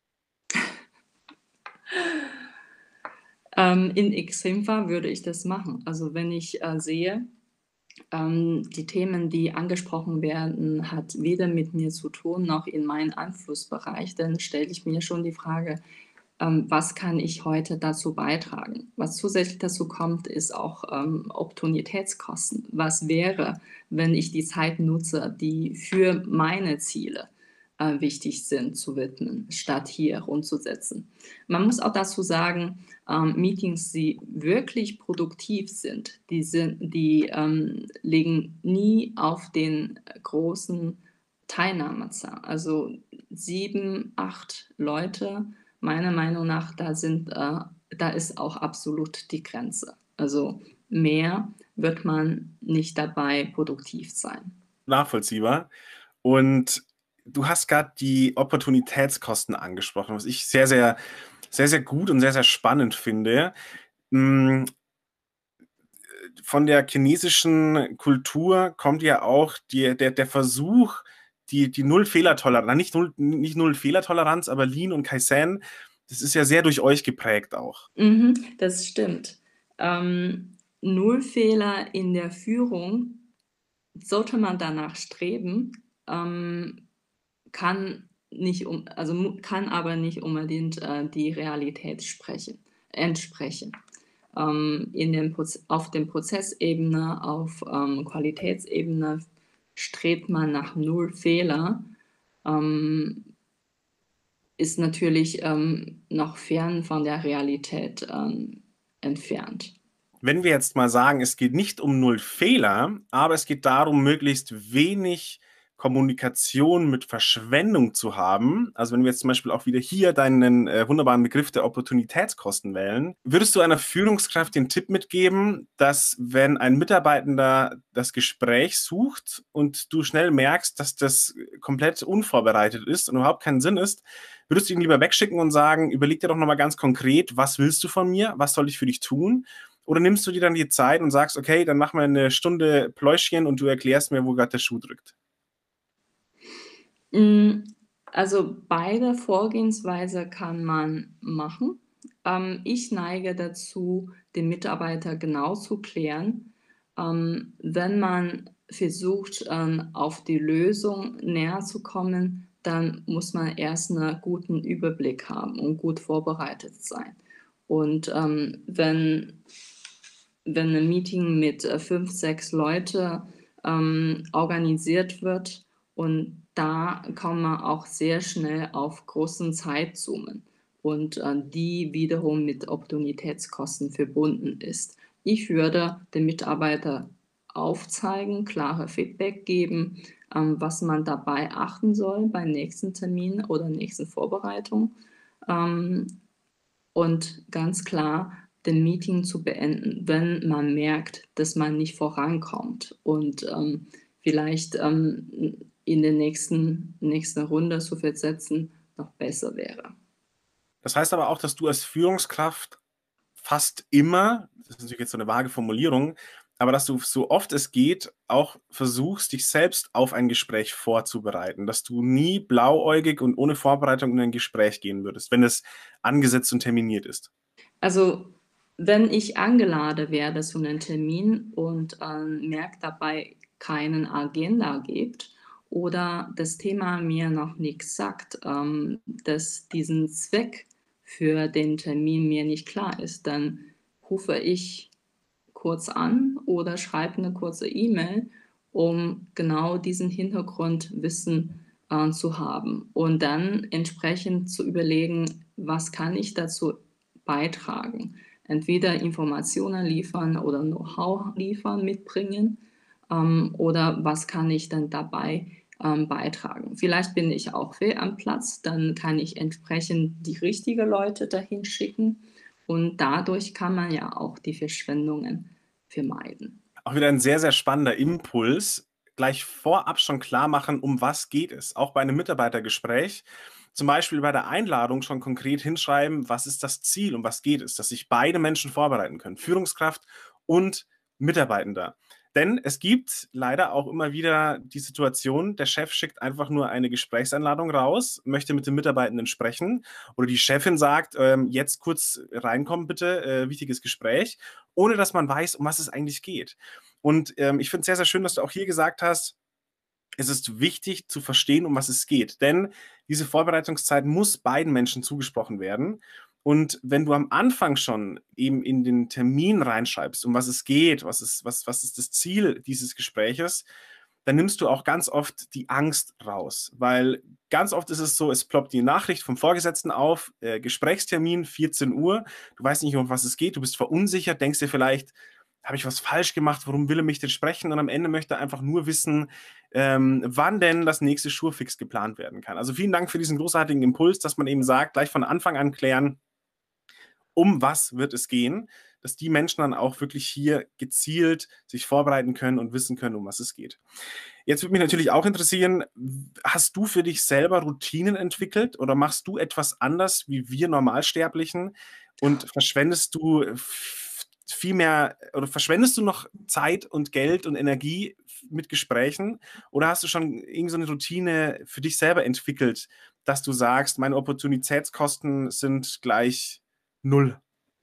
In Extremfall würde ich das machen. Also wenn ich sehe, die Themen, die angesprochen werden, hat weder mit mir zu tun noch in meinen Einflussbereich, dann stelle ich mir schon die Frage, was kann ich heute dazu beitragen? Was zusätzlich dazu kommt, ist auch Opportunitätskosten. Was wäre, wenn ich die Zeit nutze, die für meine Ziele wichtig sind, zu widmen, statt hier umzusetzen? Man muss auch dazu sagen, Meetings, die wirklich produktiv sind, die legen nie auf den großen Teilnahmezahl. Also 7, 8 Leute, meiner Meinung nach, da ist auch absolut die Grenze. Also mehr wird man nicht dabei produktiv sein. Nachvollziehbar. Und du hast gerade die Opportunitätskosten angesprochen, was ich sehr, sehr, sehr, sehr gut und sehr, sehr spannend finde. Hm, von der chinesischen Kultur kommt ja auch der Versuch, die Null-Fehler-Toleranz, nicht Null-Fehler-Toleranz, aber Lean und Kaizen, das ist ja sehr durch euch geprägt auch. Das stimmt. Null Fehler in der Führung sollte man danach streben, kann nicht kann aber nicht unbedingt die Realität sprechen. entsprechen. Auf dem Prozessebene, auf Qualitätsebene strebt man nach null Fehler, ist natürlich noch fern von der Realität entfernt. Wenn wir jetzt mal sagen, es geht nicht um null Fehler, aber es geht darum, möglichst wenig Kommunikation mit Verschwendung zu haben. Also wenn wir jetzt zum Beispiel auch wieder hier deinen wunderbaren Begriff der Opportunitätskosten wählen, würdest du einer Führungskraft den Tipp mitgeben, dass wenn ein Mitarbeitender das Gespräch sucht und du schnell merkst, dass das komplett unvorbereitet ist und überhaupt keinen Sinn ist, würdest du ihn lieber wegschicken und sagen, überleg dir doch nochmal ganz konkret, was willst du von mir, was soll ich für dich tun? Oder nimmst du dir dann die Zeit und sagst, okay, dann machen wir eine Stunde Pläuschchen und du erklärst mir, wo gerade der Schuh drückt? Also beide Vorgehensweise kann man machen. Ich neige dazu, den Mitarbeiter genau zu klären. Wenn man versucht, auf die Lösung näher zu kommen, dann muss man erst einen guten Überblick haben und gut vorbereitet sein. Und wenn ein Meeting mit 5, 6 Leute organisiert wird und da kann man auch sehr schnell auf großen Zeitzoomen und die wiederum mit Opportunitätskosten verbunden ist. Ich würde dem Mitarbeiter aufzeigen, klare Feedback geben, was man dabei achten soll beim nächsten Termin oder nächsten Vorbereitung und ganz klar den Meeting zu beenden, wenn man merkt, dass man nicht vorankommt und vielleicht in der nächsten Runde zu versetzen noch besser wäre. Das heißt aber auch, dass du als Führungskraft fast immer, das ist natürlich jetzt so eine vage Formulierung, aber dass du so oft es geht, auch versuchst, dich selbst auf ein Gespräch vorzubereiten, dass du nie blauäugig und ohne Vorbereitung in ein Gespräch gehen würdest, wenn es angesetzt und terminiert ist. Also wenn ich eingeladen werde zu einem Termin und merke dabei keinen Agenda gibt oder das Thema mir noch nichts sagt, dass diesen Zweck für den Termin mir nicht klar ist, dann rufe ich kurz an oder schreibe eine kurze E-Mail, um genau diesen Hintergrundwissen zu haben und dann entsprechend zu überlegen, was kann ich dazu beitragen. Entweder Informationen liefern oder Know-how liefern, mitbringen oder was kann ich dann dabei beitragen. Vielleicht bin ich auch fehl am Platz, dann kann ich entsprechend die richtigen Leute dahin schicken und dadurch kann man ja auch die Verschwendungen vermeiden. Auch wieder ein sehr, sehr spannender Impuls. Gleich vorab schon klar machen, um was geht es. Auch bei einem Mitarbeitergespräch, zum Beispiel bei der Einladung schon konkret hinschreiben, was ist das Ziel, um was geht es, dass sich beide Menschen vorbereiten können, Führungskraft und Mitarbeitender. Denn es gibt leider auch immer wieder die Situation, der Chef schickt einfach nur eine Gesprächseinladung raus, möchte mit den Mitarbeitenden sprechen oder die Chefin sagt, jetzt kurz reinkommen bitte, wichtiges Gespräch, ohne dass man weiß, um was es eigentlich geht. Und ich finde es sehr, sehr schön, dass du auch hier gesagt hast, es ist wichtig zu verstehen, um was es geht. Denn diese Vorbereitungszeit muss beiden Menschen zugesprochen werden. Und wenn du am Anfang schon eben in den Termin reinschreibst, um was es geht, was ist das Ziel dieses Gespräches, dann nimmst du auch ganz oft die Angst raus. Weil ganz oft ist es so, es ploppt die Nachricht vom Vorgesetzten auf, Gesprächstermin 14 Uhr, du weißt nicht, um was es geht, du bist verunsichert, denkst dir vielleicht, habe ich was falsch gemacht, warum will er mich denn sprechen? Und am Ende möchte er einfach nur wissen, wann denn das nächste Schurfix geplant werden kann. Also vielen Dank für diesen großartigen Impuls, dass man eben sagt, gleich von Anfang an klären, um was wird es gehen, dass die Menschen dann auch wirklich hier gezielt sich vorbereiten können und wissen können, um was es geht. Jetzt würde mich natürlich auch interessieren, hast du für dich selber Routinen entwickelt oder machst du etwas anders wie wir Normalsterblichen und verschwendest du viel mehr oder verschwendest du noch Zeit und Geld und Energie mit Gesprächen oder hast du schon irgend so eine Routine für dich selber entwickelt, dass du sagst, meine Opportunitätskosten sind gleich 0?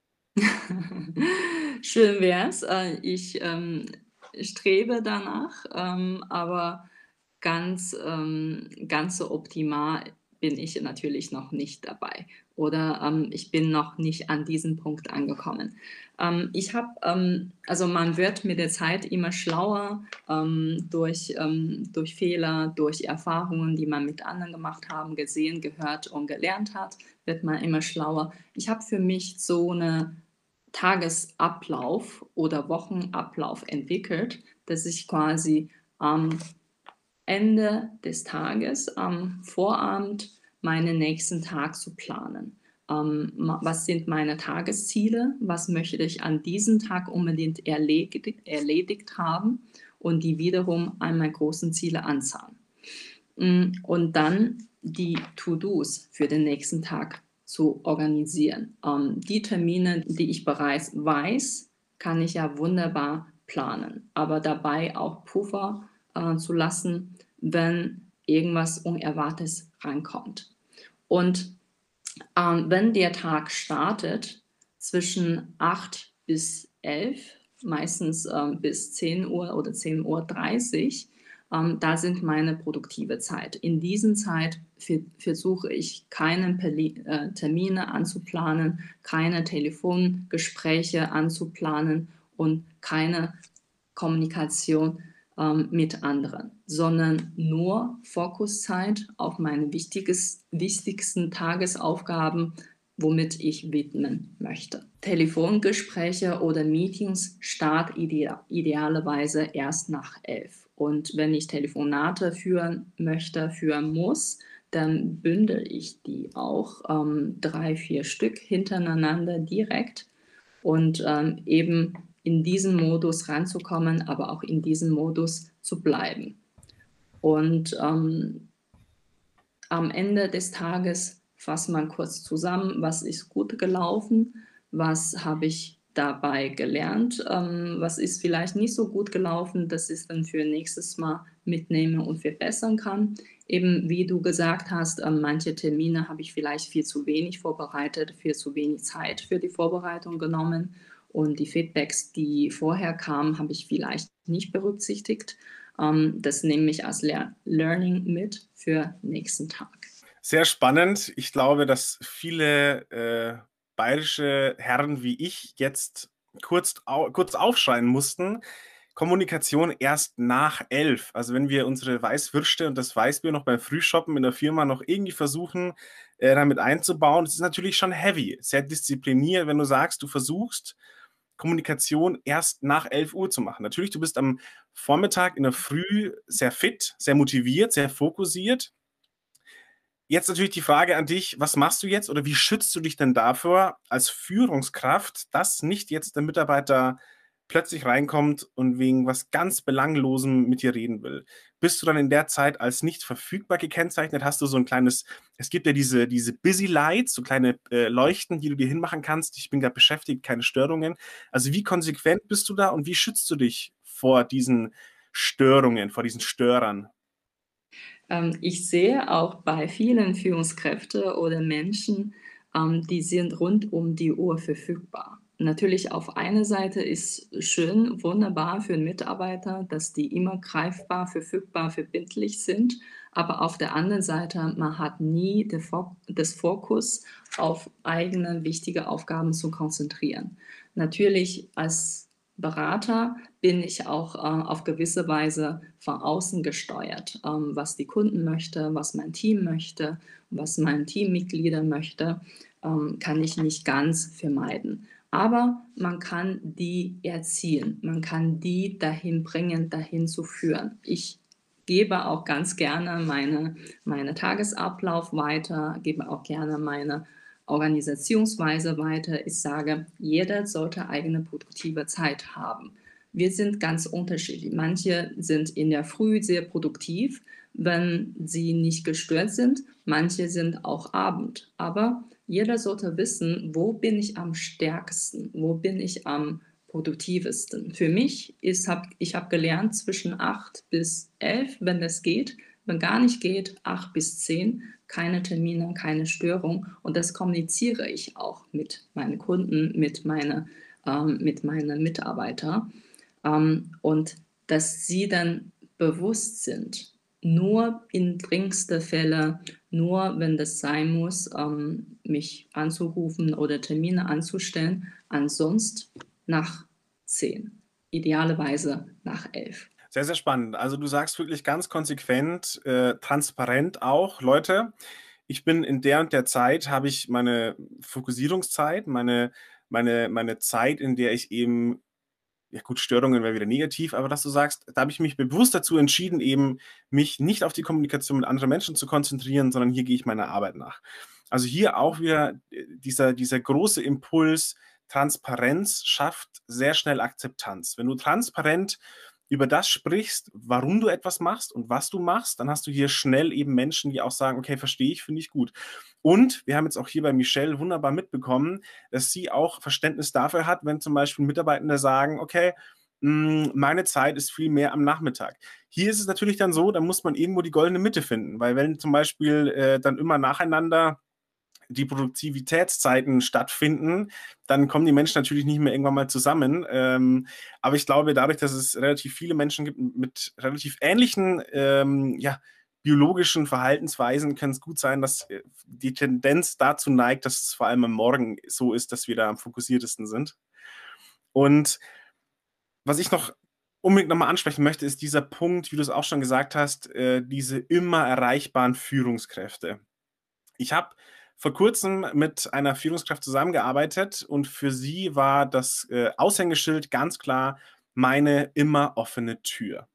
Schön wär's. Ich strebe danach, aber ganz so optimal bin ich natürlich noch nicht dabei oder ich bin noch nicht an diesem Punkt angekommen. Also man wird mit der Zeit immer schlauer durch Fehler, durch Erfahrungen, die man mit anderen gemacht haben, gesehen, gehört und gelernt hat, wird man immer schlauer. Ich habe für mich so eine Tagesablauf oder Wochenablauf entwickelt, dass ich quasi am Ende des Tages, am Vorabend, meinen nächsten Tag zu planen. Was sind meine Tagesziele? Was möchte ich an diesem Tag unbedingt erledigt haben? Und die wiederum an meine großen Ziele anzahlen. Und dann die To-Dos für den nächsten Tag zu organisieren. Die Termine, die ich bereits weiß, kann ich ja wunderbar planen, aber dabei auch Puffer zu lassen, wenn irgendwas Unerwartetes reinkommt. Und wenn der Tag startet zwischen 8 bis 11, meistens bis 10 Uhr oder 10:30 Uhr, da sind meine produktive Zeit. In diesen Zeit versuche ich, keine Termine anzuplanen, keine Telefongespräche anzuplanen und keine Kommunikation mit anderen, sondern nur Fokuszeit auf meine wichtigsten Tagesaufgaben, womit ich widmen möchte. Telefongespräche oder Meetings starten idealerweise erst nach 11. Und wenn ich Telefonate führen muss, dann bündel ich die auch 3, 4 Stück hintereinander direkt und eben in diesen Modus ranzukommen, aber auch in diesem Modus zu bleiben. Und am Ende des Tages fasst man kurz zusammen, was ist gut gelaufen, was habe ich dabei gelernt, was ist vielleicht nicht so gut gelaufen, dass ich dann für nächstes Mal mitnehme und verbessern kann. Eben wie du gesagt hast, manche Termine habe ich vielleicht viel zu wenig vorbereitet, viel zu wenig Zeit für die Vorbereitung genommen. Und die Feedbacks, die vorher kamen, habe ich vielleicht nicht berücksichtigt. Das nehme ich als Learning mit für nächsten Tag. Sehr spannend. Ich glaube, dass viele bayerische Herren wie ich jetzt kurz aufschreien mussten. Kommunikation erst nach 11. Also wenn wir unsere Weißwürste und das Weißbier noch beim Frühshoppen in der Firma noch irgendwie versuchen, damit einzubauen, das ist natürlich schon heavy, sehr diszipliniert, wenn du sagst, du versuchst, Kommunikation erst nach 11 Uhr zu machen. Natürlich, du bist am Vormittag in der Früh sehr fit, sehr motiviert, sehr fokussiert. Jetzt natürlich die Frage an dich, was machst du jetzt oder wie schützt du dich denn davor als Führungskraft, dass nicht jetzt der Mitarbeiter plötzlich reinkommt und wegen was ganz Belanglosem mit dir reden will? Bist du dann in der Zeit als nicht verfügbar gekennzeichnet? Hast du so ein kleines, es gibt ja diese Busy Lights, so kleine Leuchten, die du dir hinmachen kannst. Ich bin gerade beschäftigt, keine Störungen. Also wie konsequent bist du da und wie schützt du dich vor diesen Störungen, vor diesen Störern? Ich sehe auch bei vielen Führungskräften oder Menschen, die sind rund um die Uhr verfügbar. Natürlich auf einer Seite ist schön, wunderbar für einen Mitarbeiter, dass die immer greifbar, verfügbar, verbindlich sind. Aber auf der anderen Seite, man hat nie das Fokus auf eigene wichtige Aufgaben zu konzentrieren. Natürlich als Berater bin ich auch auf gewisse Weise von außen gesteuert, was die Kunden möchte, was mein Team möchte, was meine Teammitglieder möchte, kann ich nicht ganz vermeiden. Aber man kann die erziehen, man kann die dahin bringen, dahin zu führen. Ich gebe auch ganz gerne meine Tagesablauf weiter, gebe auch gerne meine Organisationsweise weiter. Ich sage, jeder sollte eigene produktive Zeit haben. Wir sind ganz unterschiedlich. Manche sind in der Früh sehr produktiv, wenn sie nicht gestört sind. Manche sind auch Abend. Aber jeder sollte wissen, wo bin ich am stärksten, wo bin ich am produktivsten. Für mich ich habe gelernt zwischen 8 bis 11, wenn das geht. Wenn gar nicht geht, 8 bis 10, keine Termine, keine Störung. Und das kommuniziere ich auch mit meinen Kunden, mit meinen Mitarbeitern. Und dass sie dann bewusst sind, nur in dringendsten Fällen, nur wenn das sein muss, mich anzurufen oder Termine anzustellen, ansonsten nach 10, idealerweise nach 11. Sehr, sehr spannend. Also du sagst wirklich ganz konsequent, transparent auch, Leute, ich bin in der und der Zeit, habe ich meine Fokussierungszeit, meine Zeit, in der ich eben, ja gut, Störungen wäre wieder negativ, aber dass du sagst, da habe ich mich bewusst dazu entschieden, eben mich nicht auf die Kommunikation mit anderen Menschen zu konzentrieren, sondern hier gehe ich meiner Arbeit nach. Also hier auch wieder dieser große Impuls, Transparenz schafft sehr schnell Akzeptanz. Wenn du transparent über das sprichst, warum du etwas machst und was du machst, dann hast du hier schnell eben Menschen, die auch sagen, okay, verstehe ich, finde ich gut. Und wir haben jetzt auch hier bei Michelle wunderbar mitbekommen, dass sie auch Verständnis dafür hat, wenn zum Beispiel Mitarbeitende sagen, okay, meine Zeit ist viel mehr am Nachmittag. Hier ist es natürlich dann so, da muss man irgendwo die goldene Mitte finden, weil wenn zum Beispiel dann immer nacheinander die Produktivitätszeiten stattfinden, dann kommen die Menschen natürlich nicht mehr irgendwann mal zusammen. Aber ich glaube, dadurch, dass es relativ viele Menschen gibt mit relativ ähnlichen ja, biologischen Verhaltensweisen, kann es gut sein, dass die Tendenz dazu neigt, dass es vor allem am Morgen so ist, dass wir da am fokussiertesten sind. Und was ich noch unbedingt nochmal ansprechen möchte, ist dieser Punkt, wie du es auch schon gesagt hast, diese immer erreichbaren Führungskräfte. Ich habe vor kurzem mit einer Führungskraft zusammengearbeitet und für sie war das Aushängeschild ganz klar meine immer offene Tür.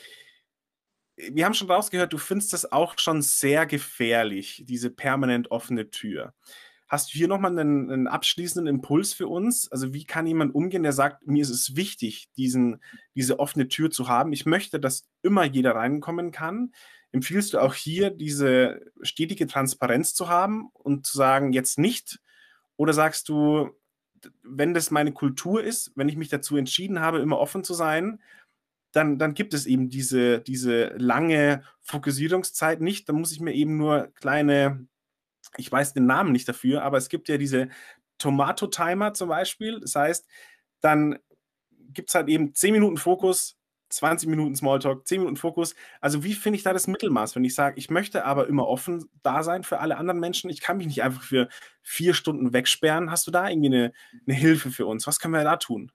Wir haben schon rausgehört, du findest das auch schon sehr gefährlich, diese permanent offene Tür. Hast du hier nochmal einen abschließenden Impuls für uns? Also wie kann jemand umgehen, der sagt, mir ist es wichtig, diese offene Tür zu haben. Ich möchte, dass immer jeder reinkommen kann. Empfiehlst du auch hier, diese stetige Transparenz zu haben und zu sagen, jetzt nicht? Oder sagst du, wenn das meine Kultur ist, wenn ich mich dazu entschieden habe, immer offen zu sein, dann gibt es eben diese lange Fokussierungszeit nicht. Dann muss ich mir eben nur kleine, ich weiß den Namen nicht dafür, aber es gibt ja diese Tomato-Timer zum Beispiel. Das heißt, dann gibt es halt eben 10 Minuten Fokus, 20 Minuten Smalltalk, 10 Minuten Fokus. Also wie finde ich da das Mittelmaß, wenn ich sage, ich möchte aber immer offen da sein für alle anderen Menschen. Ich kann mich nicht einfach für 4 Stunden wegsperren. Hast du da irgendwie eine Hilfe für uns? Was können wir da tun?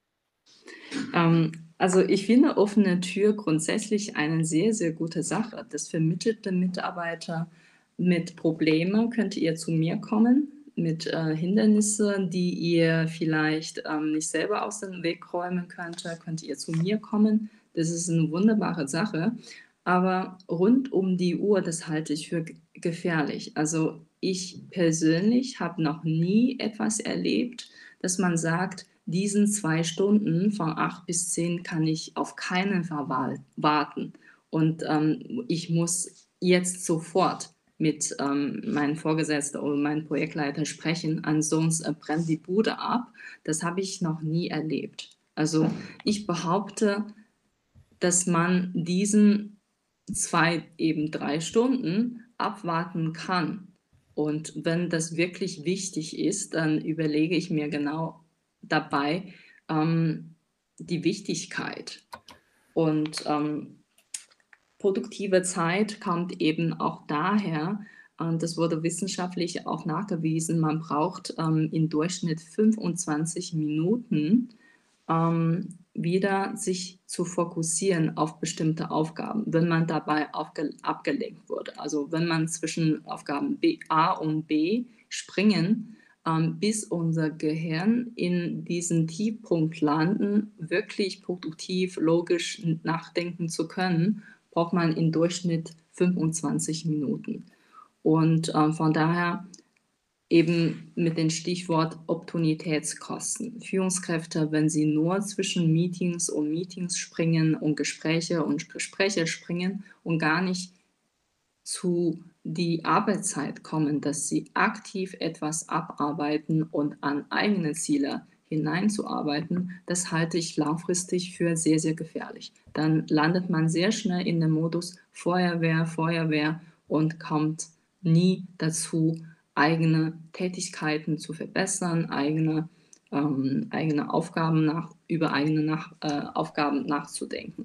Also ich finde offene Tür grundsätzlich eine sehr, sehr gute Sache. Das vermittelt den Mitarbeiter mit Problemen, könnt ihr zu mir kommen, mit Hindernissen, die ihr vielleicht nicht selber aus dem Weg räumen könnt ihr zu mir kommen. Das ist eine wunderbare Sache. Aber rund um die Uhr, das halte ich für gefährlich. Also ich persönlich habe noch nie etwas erlebt, dass man sagt, diesen 2 Stunden von 8 bis 10 kann ich auf keinen Fall warten. Und ich muss jetzt sofort mit meinem Vorgesetzten oder meinem Projektleiter sprechen, ansonsten brennt die Bude ab. Das habe ich noch nie erlebt. Also ich behaupte, dass man diesen 3 Stunden abwarten kann. Und wenn das wirklich wichtig ist, dann überlege ich mir genau dabei die Wichtigkeit. Und produktive Zeit kommt eben auch daher, und das wurde wissenschaftlich auch nachgewiesen, man braucht im Durchschnitt 25 Minuten, wieder sich zu fokussieren auf bestimmte Aufgaben, wenn man dabei abgelenkt wurde. Also wenn man zwischen Aufgaben A und B springen, bis unser Gehirn in diesen Tiefpunkt landen, wirklich produktiv, logisch nachdenken zu können, braucht man im Durchschnitt 25 Minuten. Und von daher eben mit dem Stichwort Opportunitätskosten. Führungskräfte, wenn sie nur zwischen Meetings und Meetings springen und Gespräche springen und gar nicht zu die Arbeitszeit kommen, dass sie aktiv etwas abarbeiten und an eigene Ziele hineinzuarbeiten, das halte ich langfristig für sehr, sehr gefährlich. Dann landet man sehr schnell in dem Modus Feuerwehr und kommt nie dazu, eigene Tätigkeiten zu verbessern, eigene Aufgaben über eigene Aufgaben nachzudenken.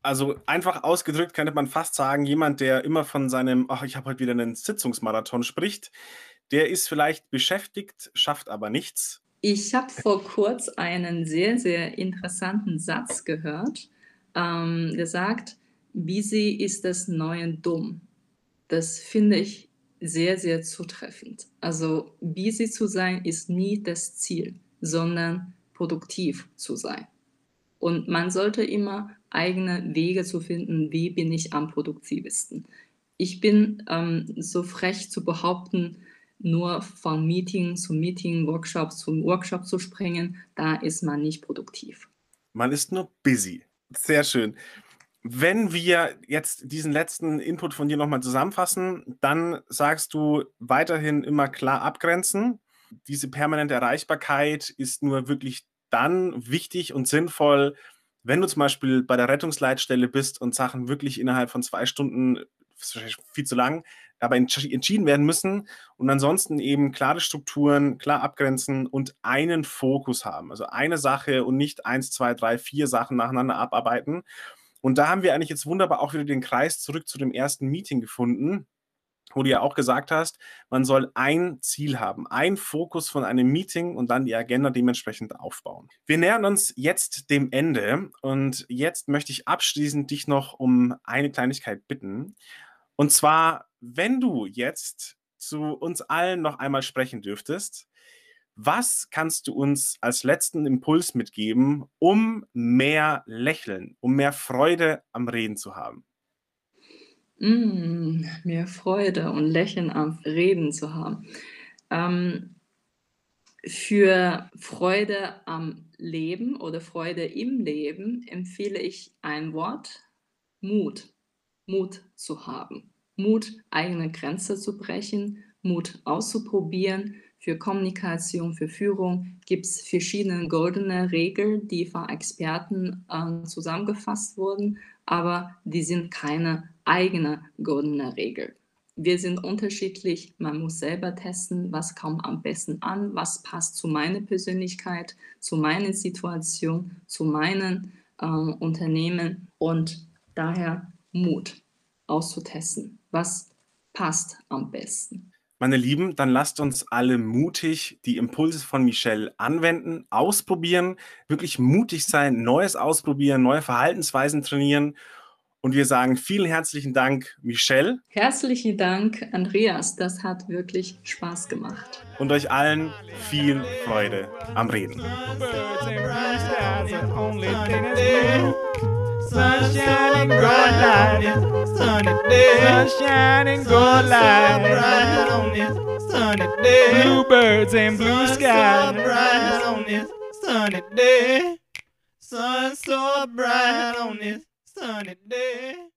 Also einfach ausgedrückt könnte man fast sagen, jemand, der immer von seinem, ach, ich habe heute wieder einen Sitzungsmarathon spricht, der ist vielleicht beschäftigt, schafft aber nichts. Ich habe vor kurz einen sehr, sehr interessanten Satz gehört, der sagt: „Busy ist das neue dumm." Das finde ich sehr, sehr zutreffend. Also, busy zu sein ist nie das Ziel, sondern produktiv zu sein. Und man sollte immer eigene Wege zu finden, wie bin ich am produktivsten. Ich bin so frech zu behaupten, nur von Meeting zu Meeting, Workshop zu Workshop zu springen, da ist man nicht produktiv. Man ist nur busy. Sehr schön. Wenn wir jetzt diesen letzten Input von dir nochmal zusammenfassen, dann sagst du weiterhin immer klar abgrenzen. Diese permanente Erreichbarkeit ist nur wirklich dann wichtig und sinnvoll, wenn du zum Beispiel bei der Rettungsleitstelle bist und Sachen wirklich innerhalb von 2 Stunden, das ist wahrscheinlich viel zu lang, aber entschieden werden müssen und ansonsten eben klare Strukturen, klar abgrenzen und einen Fokus haben. Also eine Sache und nicht 1, 2, 3, 4 Sachen nacheinander abarbeiten. Und da haben wir eigentlich jetzt wunderbar auch wieder den Kreis zurück zu dem ersten Meeting gefunden, wo du ja auch gesagt hast, man soll ein Ziel haben, ein Fokus von einem Meeting und dann die Agenda dementsprechend aufbauen. Wir nähern uns jetzt dem Ende und jetzt möchte ich abschließend dich noch um eine Kleinigkeit bitten. Und zwar, wenn du jetzt zu uns allen noch einmal sprechen dürftest, was kannst du uns als letzten Impuls mitgeben, um mehr Lächeln, um mehr Freude am Reden zu haben? Mehr Freude und Lächeln am Reden zu haben. Ähm, für Freude am Leben oder Freude im Leben empfehle ich ein Wort: Mut. Mut zu haben. Mut, eigene Grenze zu brechen, Mut auszuprobieren. Für Kommunikation, für Führung gibt es verschiedene goldene Regeln, die von Experten zusammengefasst wurden, aber die sind keine eigene goldene Regel. Wir sind unterschiedlich, man muss selber testen, was kommt am besten an, was passt zu meiner Persönlichkeit, zu meiner Situation, zu meinem Unternehmen und daher Mut auszutesten, was passt am besten. Meine Lieben, dann lasst uns alle mutig die Impulse von Michelle anwenden, ausprobieren, wirklich mutig sein, Neues ausprobieren, neue Verhaltensweisen trainieren. Und wir sagen vielen herzlichen Dank, Michelle. Herzlichen Dank, Andreas. Das hat wirklich Spaß gemacht. Und euch allen viel Freude am Reden. Birds and blue skies are the only thing that's blue. Sunshine and good light, sunny day. Sunshine and good light, bright on this sunny day. Bluebirds and blue skies, bright on this sunny day. Sun so bright on this sunny day.